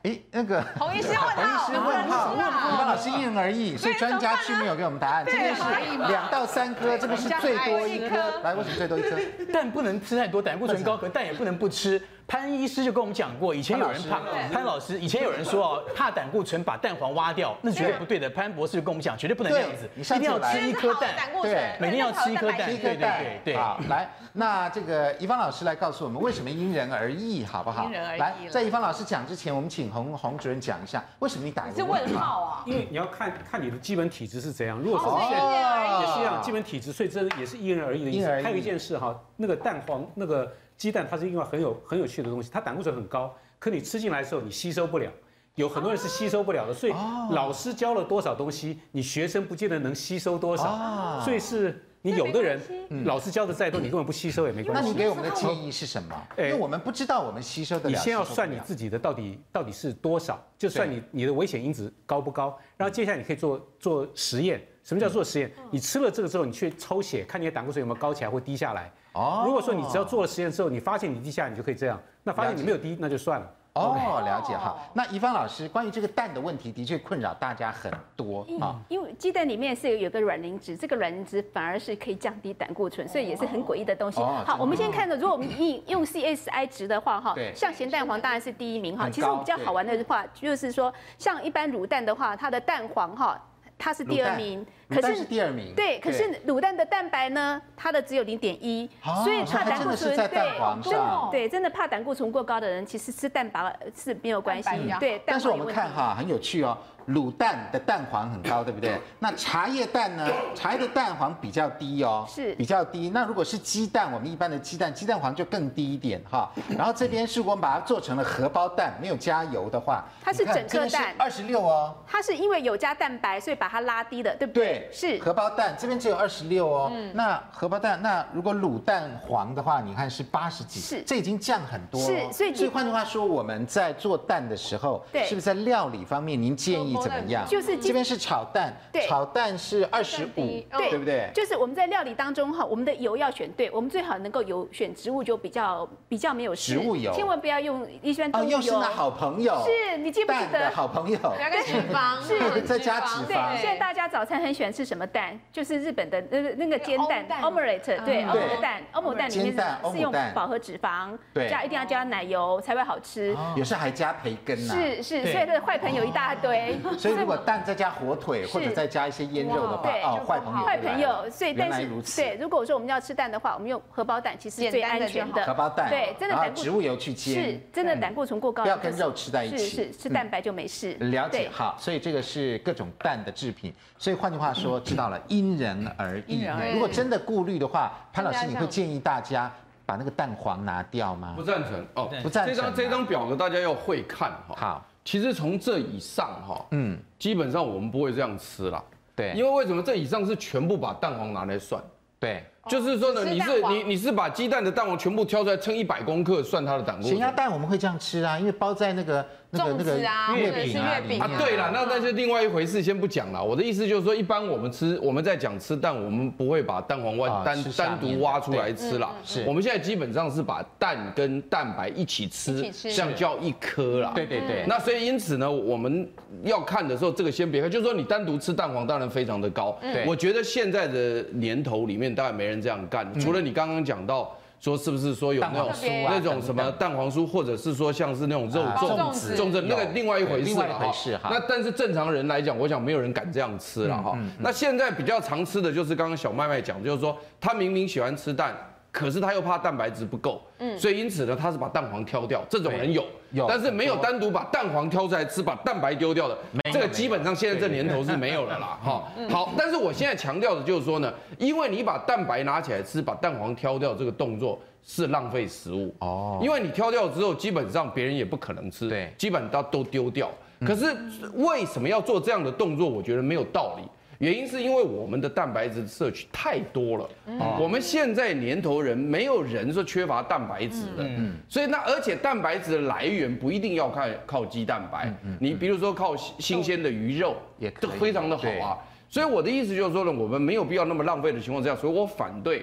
哎，那个洪医师问号， 洪医师问号，一般老师因人而异，所以专家区没有给我们答案。这边是两到三颗，这个是最多一颗。来，为什么最多一颗？ 蛋不能吃太多，胆固醇高，可蛋也不能不吃。潘医师就跟我们讲过，以前有人怕潘老师，以前有人说哦，怕胆固醇把蛋黄挖掉，那是绝对不对的。潘博士就跟我们讲，绝对不能这样子，一定要吃一颗蛋， 对， 每天要吃一颗蛋， 一颗蛋， 对对。 好，来，那这个怡芳老师来告诉我们为什么因人而异，好不好？ 因人而异。 来，在怡芳老师讲之前，我们请洪洪主任讲一下，为什么你打一个问号啊？ 因为你要看看你的基本体质是怎样。如果说现在也是一样，基本体质，所以这也是因人而异的意思。还有一件事哈，那个蛋黄那个。鸡蛋它是因为很有很有趣的东西，它胆固醇很高，可你吃进来的时候你吸收不了，有很多人是吸收不了的，所以老师教了多少东西，你学生不见得能吸收多少，所以是你有的人老师教的再多，你根本不吸收也没关系。 那你给我们的建议是什么？因为我们不知道我们吸收的。 你先要算你自己的到底到底是多少，就算你你的危险因子高不高，然后接下来你可以做做实验。什么叫做实验？你吃了这个之后，你去抽血，看你的胆固醇有没有高起来或低下来。哦，如果说你只要做了实验之后，你发现你低下来，你就可以这样；那发现你没有低，那就算了。 哦，了解哈。那怡芳老师，关于这个蛋的问题，的确困扰大家很多啊。 因为鸡蛋里面是有个卵磷脂，这个卵磷脂反而是可以降低胆固醇，所以也是很诡异的东西。好，我们先看着，如果我们用 C S I 值的话，哈，像咸蛋黄当然是第一名哈。其实比较好玩的话，就是说，像一般卤蛋的话，它的蛋黄哈。它是第二名， 可是是第二名， 对，可是卤蛋的蛋白呢，它的只有零点一，所以怕胆固醇， 对， 对，真的怕胆固醇过高的人，其实吃蛋白是没有关系，对。 但是我们看哈，很有趣哦，卤蛋的蛋黄很高，对不对？那茶叶蛋呢？茶叶的蛋黄比较低哦， 是比较低。那如果是鸡蛋，我们一般的鸡蛋，鸡蛋黄就更低一点哈。然后这边是我们把它做成了荷包蛋，没有加油的话， 它是整颗蛋， 二十六哦。 它是因为有加蛋白，所以把它拉低的，对不对？ 对， 是荷包蛋这边只有二十六哦。嗯，那荷包蛋，那如果卤蛋黄的话，你看是八十几， 是这已经降很多了。 是，所以所以换句话说，我们在做蛋的时候， 对， 是不是在料理方面您建议怎么样？ 就是这边是炒蛋， 对， 炒蛋是二十五，对不对？ 就是我们在料理当中哈，我们的油要选对，我们最好能够有选植物就比较比较没有植物油， 千万不要用一般动物油。 哦，又是那好朋友， 是你记不记得？ 蛋的好朋友， 加个脂肪， 是再加脂肪。 现在大家早餐很喜欢吃什么蛋？就是日本的那个那个煎蛋 omelette， 对，欧姆蛋，欧姆蛋里面是用饱和脂肪，加一定要加奶油才会好吃， 有时还加培根呐。 是是，所以这坏朋友一大堆。 所以如果蛋再加火腿或者再加一些腌肉的话，哦，坏朋友， 坏朋友。所以但是对， 如果说我们要吃蛋的话，我们用荷包蛋其实最安全的。 荷包蛋， 对，真的胆固植物油去煎， 是真的胆固醇过高， 不要跟肉吃在一起， 是是吃蛋白就没事。 了解，好，所以这个是各种蛋的制品。所以换句话说，知道了，因人而异。如果真的顾虑的话，潘老师，你会建议大家把那个蛋黄拿掉吗？ 不赞成哦， 不赞成。 这张这张表格大家要会看哈。 好， 其实从这以上哈，嗯，基本上我们不会这样吃啦。 对， 因为为什么这以上是全部把蛋黄拿来算？ 对。 就是说呢，你是你你是把鸡蛋的蛋黄全部挑出来称一百公克算它的胆固醇。 咸鸭蛋我们会这样吃啊，因为包在那个那个那个月饼啊里面啊。对了，那那是另外一回事，先不讲了。我的意思就是说，一般我们吃我们在讲吃蛋，我们不会把蛋黄挖单单独挖出来吃啦。 是， 我们现在基本上是把蛋跟蛋白一起吃，这样叫一颗啦。 对对对。 那所以因此呢，我们要看的时候，这个先别看，就是说你单独吃蛋黄，当然非常的高。我觉得现在的年头里面，当然没人这样干。除了你刚刚讲到说是不是说有那种那种什么蛋黄酥，或者是说像是那种肉粽子、粽子那个另外一回事了哈。那但是正常人来讲，我想没有人敢这样吃了哈。那现在比较常吃的就是刚刚小麦麦讲，就是说他明明喜欢吃蛋，可是他又怕蛋白质不够，所以因此呢，他是把蛋黄挑掉。这种人有，但是没有单独把蛋黄挑出来吃，把蛋白丢掉的，这个基本上现在这年头是没有了啦。哈，好，但是我现在强调的就是说呢，因为你把蛋白拿起来吃，把蛋黄挑掉这个动作是浪费食物哦，因为你挑掉之后，基本上别人也不可能吃，对，基本上都丢掉。可是为什么要做这样的动作？我觉得没有道理。原因是因为我们的蛋白质摄取太多了，我们现在年头人没有人说缺乏蛋白质的，所以那而且蛋白质的来源不一定要靠靠鸡蛋白，你比如说靠新鲜的鱼肉也都非常的好啊。所以我的意思就是说呢，我们没有必要那么浪费的情况之下，所以我反对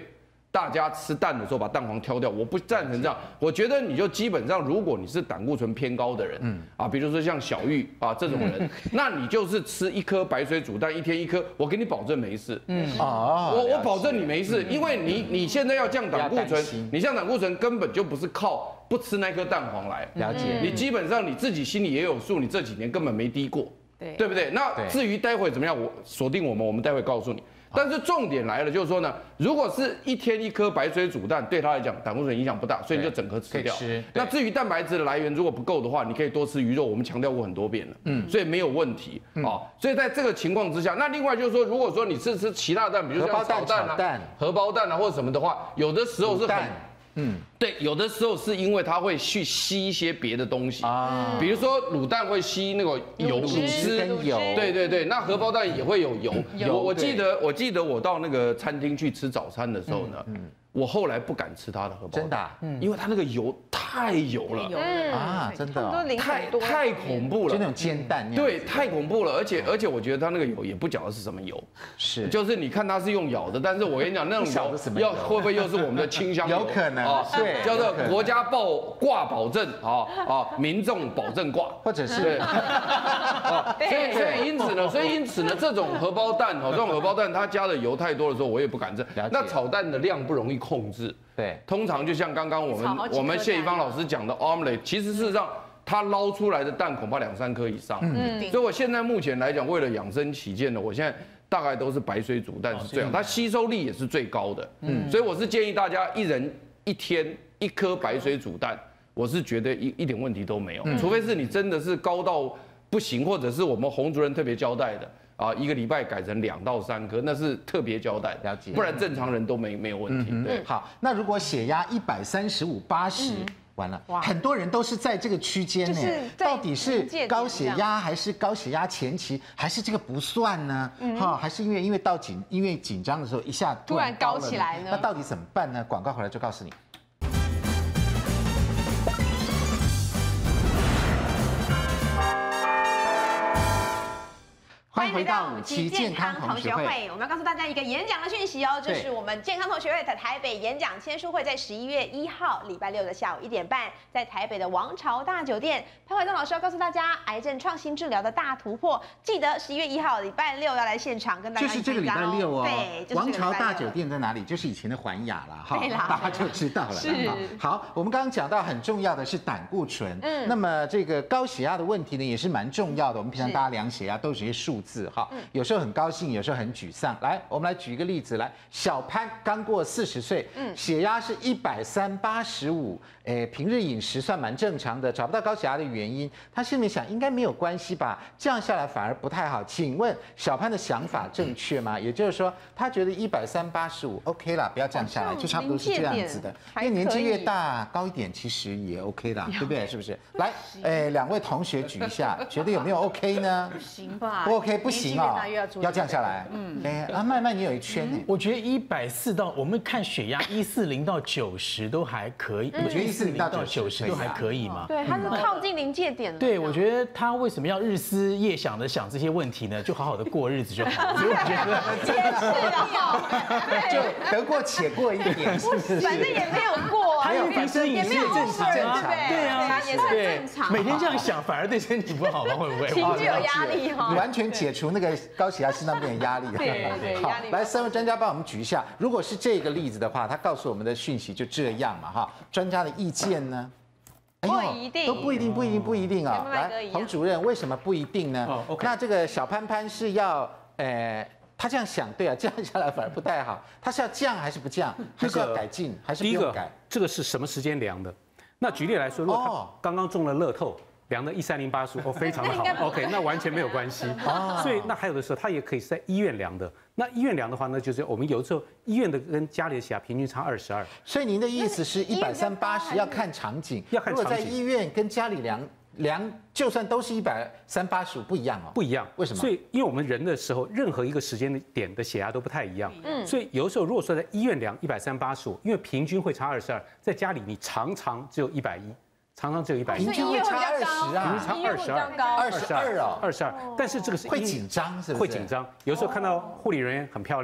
大家吃蛋的时候把蛋黄挑掉，我不赞成这样。我觉得你就基本上，如果你是胆固醇偏高的人，嗯啊，比如说像小玉啊这种人，那你就是吃一颗白水煮蛋，一天一颗，我给你保证没事。嗯啊，我我保证你没事，因为你你现在要降胆固醇，你降胆固醇根本就不是靠不吃那颗蛋黄来。 了解， 你基本上你自己心里也有数，你这几年根本没低过，对对不对？那至于待会怎么样，我锁定我们，我们待会告诉你。但是重点来了，就是说呢，如果是一天一颗白水煮蛋，对他来讲胆固醇影响不大，所以你就整颗吃掉。那至于蛋白质的来源如果不够的话，你可以多吃鱼肉，我们强调过很多遍了，嗯，所以没有问题啊。所以在这个情况之下，那另外就是说，如果说你是吃其他蛋，比如像炒蛋啊、荷包蛋啊或者什么的话，有的时候是很。嗯，对，有的时候是因为它会去吸一些别的东西啊，比如说卤蛋会吸那个油乳汁跟油， 对对对，那荷包蛋也会有油。我我记得我记得我到那个餐厅去吃早餐的时候呢，我后来不敢吃它的荷包蛋， 真的， 因为它那个油太油了啊，真的， 太太恐怖了， 就那种煎蛋， 对，太恐怖了，而且而且我觉得它那个油也不讲的是什么油， 是， 就是你看它是用咬的，但是我跟你讲那种油要会不会又是我们的清香油？ 有可能啊，对， 叫做国家报挂保证啊啊，民众保证挂， 或者是， 啊，所以所以因此呢，所以因此呢，这种荷包蛋哦，这种荷包蛋它加的油太多的时候，我也不敢吃。那炒蛋的量不容易控制， 对， 通常就像刚刚我们我们谢宜芳老师讲的 omelet， 其实事实上它捞出来的蛋恐怕两三颗以上。嗯，所以我现在目前来讲，为了养生起见呢，我现在大概都是白水煮蛋是最好，它吸收力也是最高的。嗯，所以我是建议大家一人一天一颗白水煮蛋，我是觉得一一点问题都没有，除非是你真的是高到不行，或者是我们洪主任特别交代的。啊，一个礼拜改成两到三颗，那是特别交代， 了解， 不然正常人都没没有问题。对， 好，那如果血压一百三十五、八十，完了，很多人都是在这个区间呢，到底是高血压还是高血压前期，还是这个不算呢？哈，还是因为因为到紧因为紧张的时候一下突然高起来呢？ 那到底怎么办呢？广告回来就告诉你。欢迎回到五期健康同学会。 我们要告诉大家一个演讲的讯息哦，这是我们健康同学会的台北演讲签书会，在十一月一号礼拜六的下午一点半，在台北的王朝大酒店。潘怀宗老师要告诉大家癌症创新治疗的大突破，记得十一月一号礼拜六要来现场跟大家就是这个礼拜六哦。 对，就是、 王朝大酒店在哪里？就是以前的环亚啦，哈，大家就知道了。是。好，我们刚刚讲到很重要的是胆固醇，嗯，那么这个高血压的问题呢，也是蛮重要的。我们平常大家量血压都是一些数字。哈，有时候很高兴，有时候很沮丧。来，我们来举一个例子，来，小潘刚过四十岁，嗯，血压是一百三八十五，诶，平日饮食算蛮正常的，找不到高血压的原因。他心里想，应该没有关系吧，降下来反而不太好。请问小潘的想法正确吗？也就是说，他觉得一百三八十五 OK 啦，不要降下来，就差不多是这样子的。因为年纪越大，高一点其实也 OK 啦，对不对？是不是？来，诶，两位同学举一下，觉得有没有 OK 呢？ 不行吧？ 不 OK， 不行啊，要降下来。嗯，哎，啊，麦麦你有一圈呢。 我觉得一百四到我们看血压一四零到九十都还可以， 我觉得一四零到九十都还可以嘛。 对，它是靠近临界点了。 对，我觉得他为什么要日思夜想的想这些问题呢？就好好的过日子就好了。所以我觉得， 解释就得过且过一点，是不是？ 反正也没有过， 还有平时饮食也正常， 对啊，也是正常。 每天这样想反而对身体不好吗？会不会？ 情绪有压力哈。 你完全解除那个高血压、心脏病的压力。 对对， 好，来，三位专家帮我们举一下，如果是这个例子的话，他告诉我们的讯息就这样嘛哈。专家的意见呢？ 不一定， 都不一定，不一定，不一定啊。来，洪主任，为什么不一定呢？哦 ，OK。那这个小潘潘是要，呃，他这样想，对啊，降下来反而不太好。他是要降还是不降？还是要改进？还是不用改？ 这个是什么时间量的？那举例来说，如果他刚刚中了乐透。量的一三零八十五哦，非常的好 ，OK， 那完全没有关系。所以那还有的时候，它也可以是在医院量的。那医院量的话呢，就是我们有时候医院的跟家里的血压平均差二十二。 所以您的意思是一百三八十要看场景， 要看场景。 如果在医院跟家里量量，就算都是一百三八十五，不一样哦。 不一样， 为什么？ 所以因为我们人的时候，任何一个时间点的血压都不太一样。嗯。所以有的时候，如果说在医院量一百三八十五，因为平均会差二十二，在家里你常常只有一百一。常常只有一百一， 平均会差二十啊， 平均差二十二， 二十二哦， 二十二。但是这个是会紧张，是不是？ 会紧张。有时候看到护理人员很漂亮，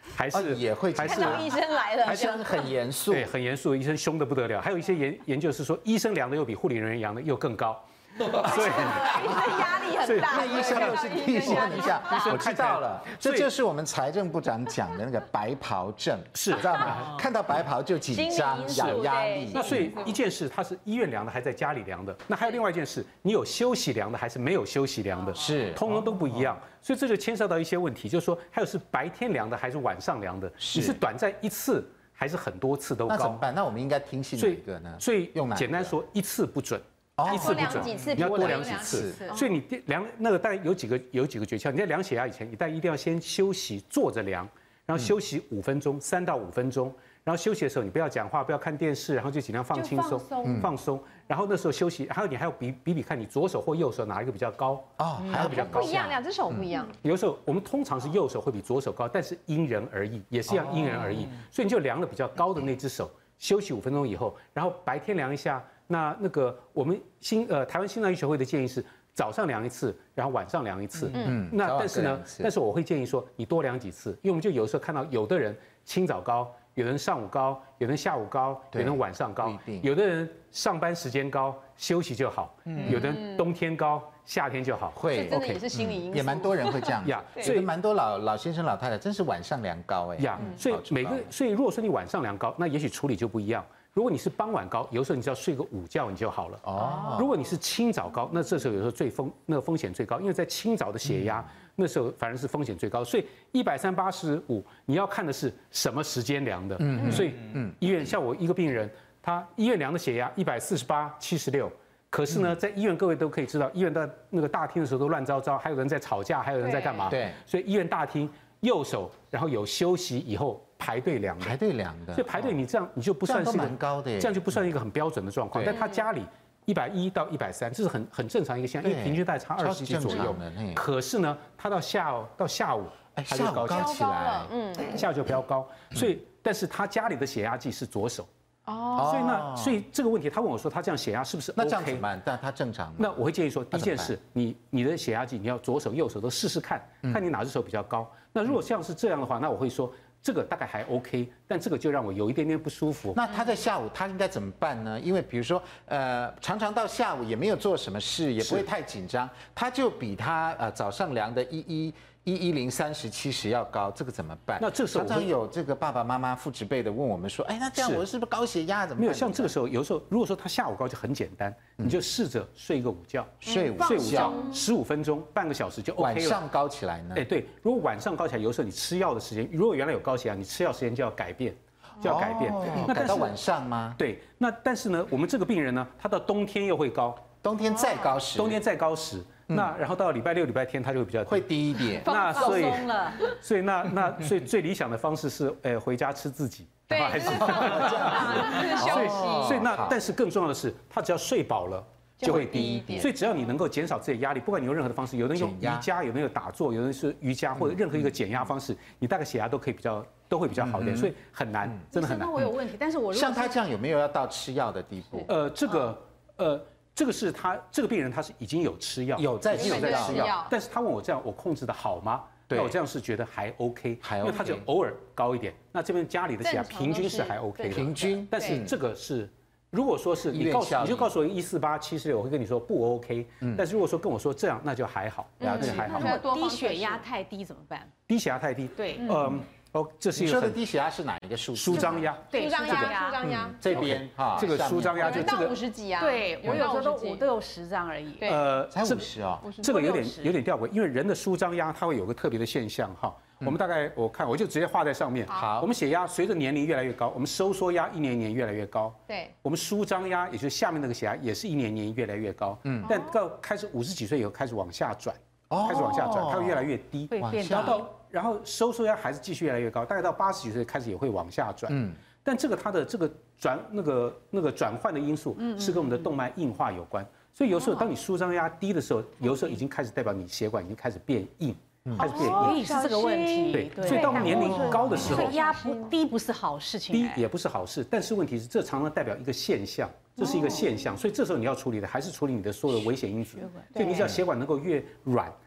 还是也会还是医生来了， 医生很严肃， 对，很严肃，医生凶得不得了。还有一些研研究是说，医生量的又比护理人员量的又更高。所以医生压力很大。 那医生又是提醒一下，我知道了，这就是我们财政部长讲的那个白袍症， 是知道吗？看到白袍就紧张，有压力。 那所以一件事，它是医院量的，还在家里量的。那还有另外一件事，你有休息量的，还是没有休息量的？ 是， 通通都不一样。所以这就牵涉到一些问题，就是说，还有是白天量的，还是晚上量的？你是短暂一次，还是很多次都高？ 那怎么办？那我们应该听信哪一个呢？ 所以用简单说，一次不准。一次不准，你要多量几次。所以你量那个大概有几个有几个诀窍。你在量血压以前，你大概一定要先休息，坐着量，然后休息五分钟，三到五分钟。然后休息的时候，你不要讲话，不要看电视，然后就尽量放轻松，放松。然后那时候休息，然后你还要比比比看你左手或右手哪一个比较高啊，还要比较高。 不一样，两只手不一样。 有时候我们通常是右手会比左手高，但是因人而异，也是要因人而异。所以你就量了比较高的那只手，休息五分钟以后，然后白天量一下。那那个我们心呃台湾心脏医学会的建议是早上量一次，然后晚上量一次。嗯，那但是呢，但是我会建议说你多量几次，因为我们就有时候看到有的人清早高，有人上午高，有人下午高，有人晚上高，有的人上班时间高，休息就好，有的人冬天高，夏天就好。 会， 真的也是心理因素， 也蛮多人会这样呀。所以蛮多老老先生老太太真是晚上量高哎呀。所以每个所以如果说你晚上量高，那也许处理就不一样。如果你是傍晚高，有时候你只要睡个午觉你就好了。哦。如果你是清早高，那这时候有时候最风那个风险最高，因为在清早的血压、嗯、那时候反而是风险最高。所以一百三八十五，你要看的是什么时间量的。嗯。所以，嗯，医院像我一个病人，他医院量的血压一百四十八七十六，可是呢，在医院各位都可以知道，医院的那个大厅的时候都乱糟糟，还有人在吵架，还有人在干嘛？ 对。 所以医院大厅右手，然后有休息以后。排队量的， 排队量的， 所以排队你这样你就不算是蛮高的， 这样就不算一个很标准的状况。但他家里一百一到一百三，这是很很正常一个现象，因为平均大概差二十几左右。可是呢，他到下午到下午， 哎，下午高起来， 嗯， 下午就比较高。所以，但是他家里的血压计是左手。哦，所以那所以这个问题，他问我说，他这样血压是不是 OK？ 那这样怎么办？但他正常。 那我会建议说，第一件事，你你的血压计你要左手右手都试试看，看你哪只手比较高。那如果像是这样的话，那我会说。这个大概还 OK， 但这个就让我有一点点不舒服。 那他在下午他应该怎么办呢？因为比如说，呃，常常到下午也没有做什么事，也不会太紧张，他就比他呃早上量的一一一一零三十七十要高，这个怎么办？ 那这时候常常有这个爸爸妈妈父执辈的问我们说，哎，那这样我是不是高血压？怎么办？ 没有，像这个时候，有时候如果说他下午高就很简单，你就试着睡一个午觉， 睡午睡午觉十五分钟，半个小时就 OK 了。 晚上高起来呢？ 哎，对，如果晚上高起来，有时候你吃药的时间，如果原来有高血压，你吃药时间就要改变。就要改变， 那改到晚上吗？ 对，那但是呢，我们这个病人呢，他到冬天又会高， 冬天再高时， 冬天再高时，那然后到礼拜六、礼拜天他就会比较会低一点。 那所以， 所以那那所以最理想的方式是，呃，回家吃自己， 对，还是休息。 所以那但是更重要的是，他只要睡饱了。就会低一点，所以只要你能够减少自己的压力，不管你用任何的方式，有人用瑜伽，有人有打坐，有人是瑜伽或者任何一个减压方式，你大概血压都可以比较都会比较好一点，所以很难，真的很难。 那我有问题，但是我像他这样有没有要到吃药的地步？ 呃，这个呃，这个是他这个病人他是已经有吃药， 有在有在吃药，但是他问我这样我控制的好吗？那我这样是觉得还 OK， 因为他就偶尔高一点，那这边家里的血压平均是还 OK 的， 平均， 但是这个是。如果说是你告诉你就告诉我一四八七十六，我会跟你说不 OK。但是如果说跟我说这样，那就还好，那就还好。 低血压太低怎么办？ 低血压太低， 对， 嗯，哦，这是一个说的低血压是哪一个数字？ 舒张压， 对，舒张压，舒张压这边哈， 这个舒张压就这个五十几啊， 对我有时候都我都有十张而已， 呃，才五十哦， 这个有点有点吊诡，因为人的舒张压它会有个特别的现象哈。我们大概我看我就直接画在上面。 好， 我们血压随着年龄越来越高，我们收缩压一年一年越来越高。 对， 我们舒张压，也就是下面那个血压也是一年年越来越高。嗯，但到开始五十几岁以后开始往下转，开始往下转，它会越来越低。 会变然后到然后收缩压还是继续越来越高，大概到八十几岁开始也会往下转。嗯，但这个它的这个转那个那个转换的因素是跟我们的动脉硬化有关，所以有时候当你舒张压低的时候，有时候已经开始代表你血管已经开始变硬。开始变硬， 是这个问题。 对，所以当年龄高的时候， 压不低不是好事情， 低也不是好事。但是问题是，这常常代表一个现象，这是一个现象。所以这时候你要处理的还是处理你的所有的危险因子。就你只要血管能够越软，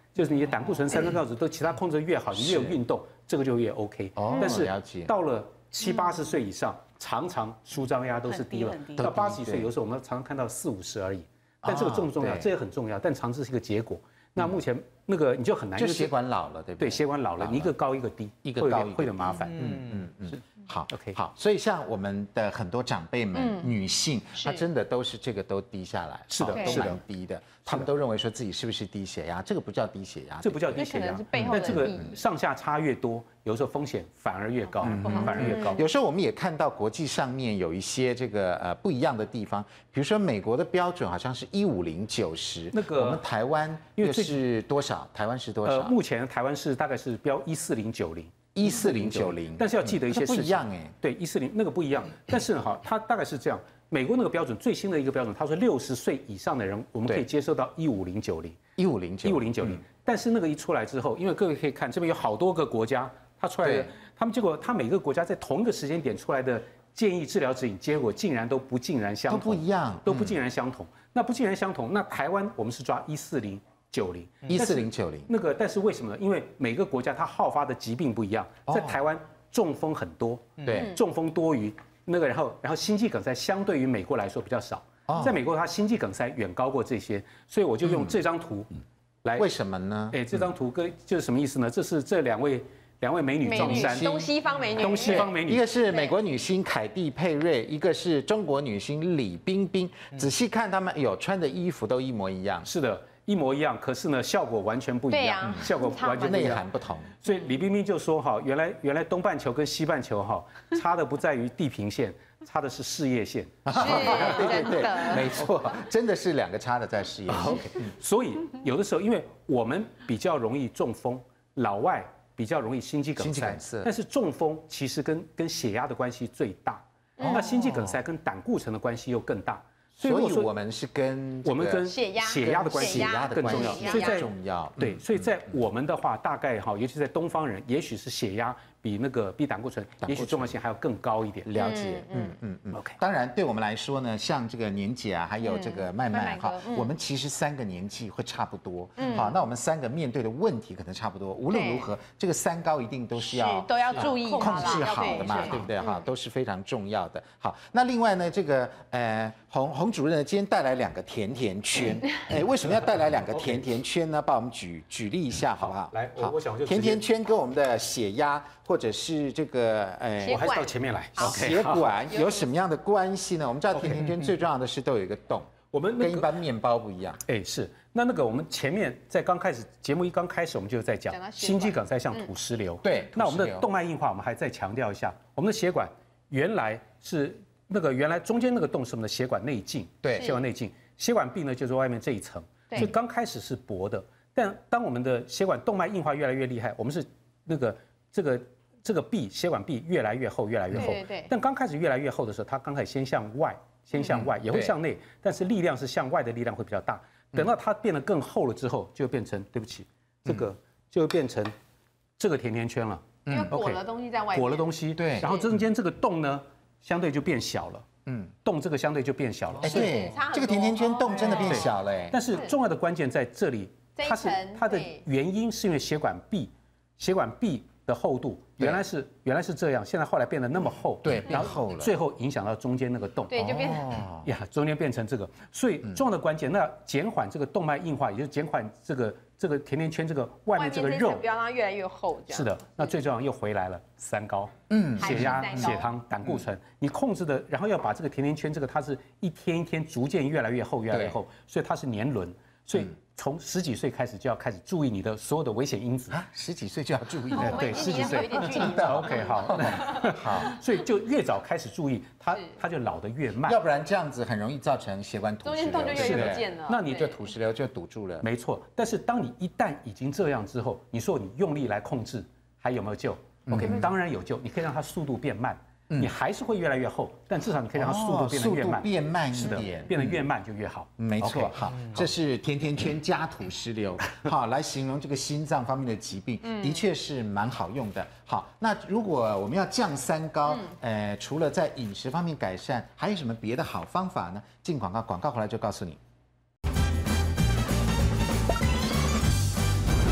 就是你的胆固醇、三酸甘油酯都其他控制得越好，你越有运动，这个就越 OK。 哦， 但是了解。 到了七八十岁以上，常常舒张压都是低了，到八十几岁，有时候我们常常看到四五十而已。但这个重不重要？这也很重要，但常治是一个结果。那目前那个你就很难， 就血管老了，对不对？ 对，血管老了，你一个高一个低， 一个高会有点麻烦。 嗯嗯嗯。好 ，OK， 好，所以像我们的很多长辈们，女性，她真的都是这个都低下来， 是的， 都蛮低的。他们都认为说自己是不是低血压？这个不叫低血压， 这不叫低血压，但这个上下差越多，有时候风险反而越高，反而越高。 有时候我们也看到国际上面有一些这个呃不一样的地方，比如说美国的标准好像是一五零九十，那个我们台湾又是多少？台湾是多少？ 呃，目前台湾是大概是标一四零九零。 一四零九零， 但是要记得一些事情不一样哎， 对，一四零那个不一样，但是哈，它大概是这样，美国那个标准最新的一个标准，他说六十岁以上的人，我们可以接受到一五零九零， 一五零九一五零九零，但是那个一出来之后，因为各位可以看这边有好多个国家，它出来的，他们结果他每个国家在同一个时间点出来的建议治疗指引，结果竟然都不尽然相同， 都不一样， 都不尽然相同。那不尽然相同，那台湾我们是抓一四零。九零一四零九零那个，但是为什么呢？因为每个国家它好发的疾病不一样，在台湾中风很多， 对， 中风多于那个，然后然后心肌梗塞相对于美国来说比较少，在美国它心肌梗塞远高过这些，所以我就用这张图来， 为什么呢？ 哎，这张图跟就是什么意思呢？这是这两位两位美女撞衫， 东西方美女， 东西方美女， 一个是美国女星凯蒂佩瑞，一个是中国女星李冰冰。仔细看她们，有穿的衣服都一模一样， 是的。一模一样，可是呢，效果完全不一样， 啊、 效果完全不一样， 内涵不同。 所以李冰冰就说哈，原来原来东半球跟西半球哈，差的不在于地平线，差的是事业线。 对对对，没错，真的是两个差的在事业线。 OK， 所以有的时候，因为我们比较容易中风，老外比较容易心肌梗塞，但是中风其实跟跟血压的关系最大，那心肌梗塞跟胆固醇的关系又更大。 所以我们是跟我们跟血压血压的关系更重要， 所以在重要对，所以在我们的话，大概哈，尤其在东方人，也许是血压比那个比胆固醇，也许重要性还要更高一点。 了解，嗯嗯嗯 ，OK。当然，对我们来说呢，像这个年姐啊，还有这个曼曼哈，我们其实三个年纪会差不多，好，那我们三个面对的问题可能差不多。无论如何，这个三高一定都是要都要注意控制好的嘛，对不对哈？都是非常重要的。好，那另外呢，这个呃。洪洪主任呢，今天带来两个甜甜圈，哎，为什么要带来两个甜甜圈呢？帮我们举举例一下，好不好？ 来，我我想就甜甜圈跟我们的血压或者是这个， 哎，我还是到前面来， 血管有什么样的关系呢？我们知道甜甜圈最重要的是都有一个洞， 我们跟一般面包不一样。 哎，是，那那个我们前面在刚开始节目一刚开始，我们就在讲心肌梗塞像土石流， 对， 那我们的动脉硬化，我们还再强调一下，我们的血管原来是。那个原来中间那个洞是我们的血管内径， 对， 血管内径，血管壁呢就是外面这一层，所以刚开始是薄的，但当我们的血管动脉硬化越来越厉害，我们是那个这个这个壁血管壁越来越厚，越来越厚， 对对。 但刚开始越来越厚的时候，它刚开始先向外，先向外，也会向内，但是力量是向外的力量会比较大。等到它变得更厚了之后，就变成对不起，这个就会变成这个甜甜圈了， 因为裹了东西在外面， 裹了东西， 对， 然后中间这个洞呢。相对就变小了，嗯，洞这个相对就变小了， 哎，对，这个甜甜圈洞真的变小了，哎， 但是重要的关键在这里，它是它的原因是因为血管壁，血管壁的厚度原来是原来是这样，现在后来变得那么厚， 对，变厚了， 最后影响到中间那个洞， 对，就变呀，中间变成这个，所以重要的关键，那减缓这个动脉硬化，也就是减缓这个这个甜甜圈这个外面这个肉， 不要让它越来越厚， 是的，那最重要又回来了三高。嗯，血压、血糖、胆固醇，你控制的，然后要把这个甜甜圈，这个它是一天一天逐渐越来越厚，越来越厚，所以它是年轮，所以从十几岁开始就要开始注意你的所有的危险因子啊，十几岁就要注意， 对，十几岁， 真的 ，OK， 好，好，所以就越早开始注意，它它就老得越慢， 要不然这样子很容易造成血管土石流， 中间洞就越来越不见了， 那你就土石流就堵住了， 没错。但是当你一旦已经这样之后，你说你用力来控制，还有没有救？ OK， 当然有救，你可以让它速度变慢，你还是会越来越厚，但至少你可以让它速度变得越慢， 变慢一点，变得越慢就越好。 没错，好，这是甜甜圈加土石流，好来形容这个心脏方面的疾病，的确是蛮好用的。好，那如果我们要降三高，呃，除了在饮食方面改善，还有什么别的好方法呢？进广告，广告回来就告诉你。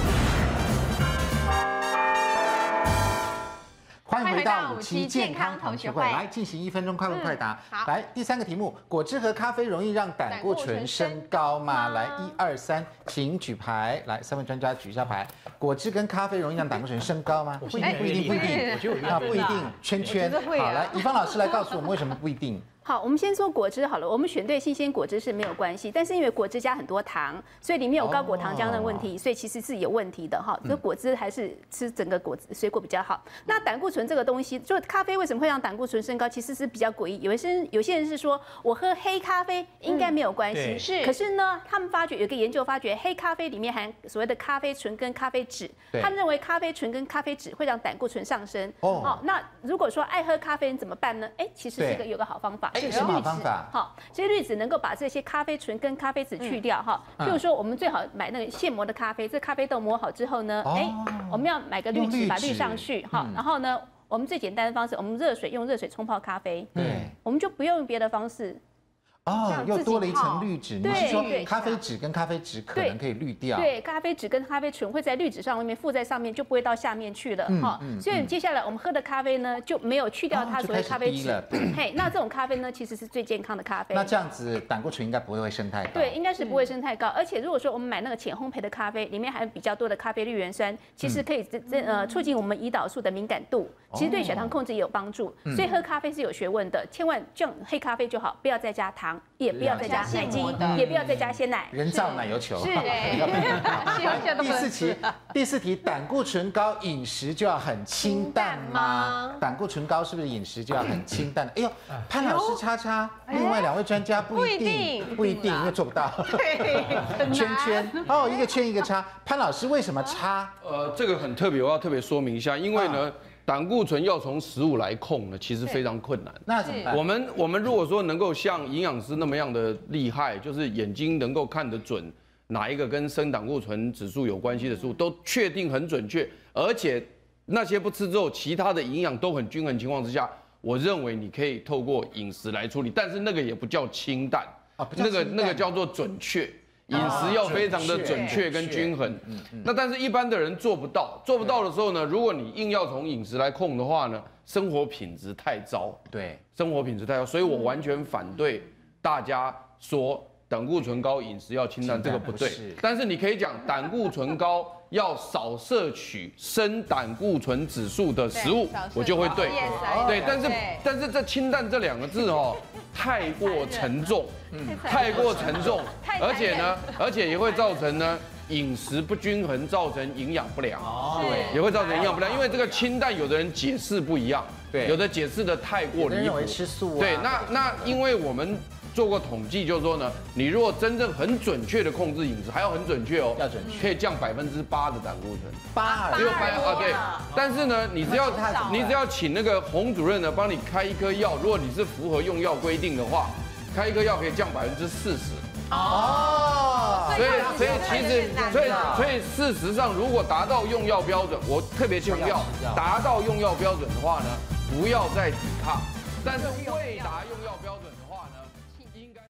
到五期健康同学会来进行一分钟快问快答。来，第三个题目，果汁和咖啡容易让胆固醇升高吗？来，一二三，请举牌。来，三位专家举一下牌。果汁跟咖啡容易让胆固醇升高吗？不一定，不一定，不一定。我觉得啊，不一定。圈圈。好，来，怡芳老师来告诉我们为什么不一定。 好，我们先说果汁好了。我们选对新鲜果汁是没有关系，但是因为果汁加很多糖，所以里面有高果糖浆的问题，哦、所以其实是有问题的哈。这果汁还是吃整个果汁水果比较好。那胆固醇这个东西，就咖啡为什么会让胆固醇升高，其实是比较诡异。有些人有些人是说我喝黑咖啡应该没有关系，是、嗯。可是呢，他们发觉有一个研究发觉，黑咖啡里面含所谓的咖啡醇跟咖啡酯，他们认为咖啡醇跟咖啡酯会让胆固醇上升。哦, 哦，那如果说爱喝咖啡人怎么办呢？哎，其实是个有个好方法， 是什么好方法？ 好，这些滤纸能够把这些咖啡醇跟咖啡酯去掉哈。譬如说，我们最好买那个现磨的咖啡，这咖啡豆磨好之后呢，哎，我们要买个滤纸把滤上去哈。然后呢，我们最简单的方式，我们热水用热水冲泡咖啡，对，我们就不用别的方式。 哦，又多了一层滤纸。你是说咖啡酯跟咖啡酯可能可以滤掉？ 对，咖啡酯跟咖啡醇会在滤纸上面附在上面，就不会到下面去了哈。所以接下来我们喝的咖啡呢，就没有去掉它所谓咖啡酯。嘿，那这种咖啡呢，其实是最健康的咖啡。 那这样子胆固醇应该不会升太高。 对，应该是不会升太高。而且如果说我们买那个浅烘焙的咖啡，里面含比较多的咖啡绿原酸，其实可以这这呃促进我们胰岛素的敏感度，其实对血糖控制也有帮助。所以喝咖啡是有学问的，千万就黑咖啡就好，不要再加糖，也不要再加奶精，也不要再加鲜奶， 人造奶油球。 是， 第四题，第四题，胆固醇高，饮食就要很清淡吗？胆固醇高是不是饮食就要很清淡？哎呦，潘老师叉叉，另外两位专家不一定，不一定，因为做不到。对，圈圈，哦，一个圈一个叉。潘老师为什么叉？ 呃，这个很特别，我要特别说明一下，因为呢。胆固醇要从食物来控呢，其实非常困难。 那怎么办？ 我们我们如果说能够像营养师那么样的厉害，就是眼睛能够看得准哪一个跟升胆固醇指数有关系的食物，都确定很准确，而且那些不吃之后，其他的营养都很均衡情况之下，我认为你可以透过饮食来处理，但是那个也不叫清淡，那个那个叫做准确。饮食要非常的准确跟均衡，那但是一般的人做不到，做不到的时候呢，如果你硬要从饮食来控的话呢，生活品质太糟， 对， 生活品质太糟，所以我完全反对大家说胆固醇高饮食要清淡，这个不对。但是你可以讲胆固醇高要少摄取升胆固醇指数的食物，我就会对，对，但是但是这清淡这两个字哦。太过沉重，嗯，太过沉重，而且呢，而且也会造成呢饮食不均衡，造成营养不良，对，也会造成营养不良，因为这个清淡有的人解释不一样，对，有的解释的太过离谱， 吃素啊， 对，那那因为我们做过统计，就是说呢，你如果真正很准确的控制饮食，还要很准确哦， 要准确， 可以降百分之八的胆固醇， 八， 只有八啊，对。但是呢，你只要你只要请那个洪主任呢帮你开一颗药，如果你是符合用药规定的话，开一颗药可以降百分之四十。哦，所以所以其实所以所以事实上，如果达到用药标准，我特别强调，达到用药标准的话呢，不要再抵抗，但是未达用药标准。